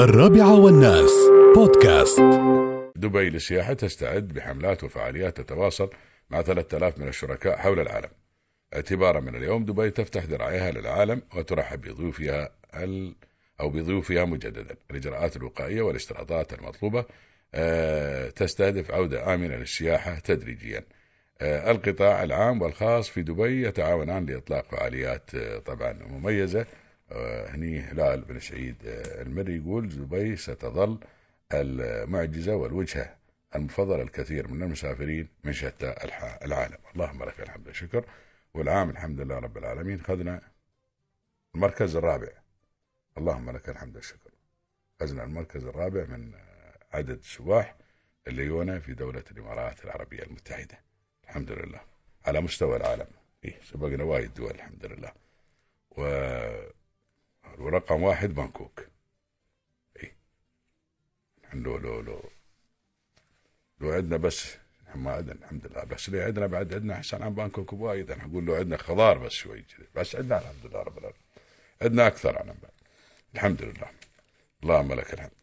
الرابعة والناس بودكاست. دبي للسياحة تستعد بحملات وفعاليات تتواصل مع 3000 من الشركاء حول العالم. اعتبارا من اليوم دبي تفتح ذراعيها للعالم وترحب بضيوفها مجددا. الإجراءات الوقائية والاشتراطات المطلوبة تستهدف عودة آمنة للسياحة تدريجيا. القطاع العام والخاص في دبي يتعاونان لإطلاق فعاليات طبعا مميزة. هني هلال بن سعيد المري يقول دبي ستظل المعجزة والوجهة المفضلة الكثير من المسافرين من شتى العالم. اللهم لك الحمد والشكر. والعام الحمد لله رب العالمين خذنا المركز الرابع. اللهم لك الحمد والشكر. خذنا المركز الرابع من عدد السواح اللي يونا في دولة الإمارات العربية المتحدة، الحمد لله، على مستوى العالم. سبقنا وايد دول الحمد لله. ورقم 1 بانكوك. لو عندنا بس ما عندنا الحمد لله، بس اللي عندنا بعد عندنا احسن عن بانكوك بوايد. انا اقول لو عندنا خضار بس شوي كذا، بس عندنا الحمد لله رب العالمين عندنا اكثر عن بعد الحمد لله. اللهم لك الحمد.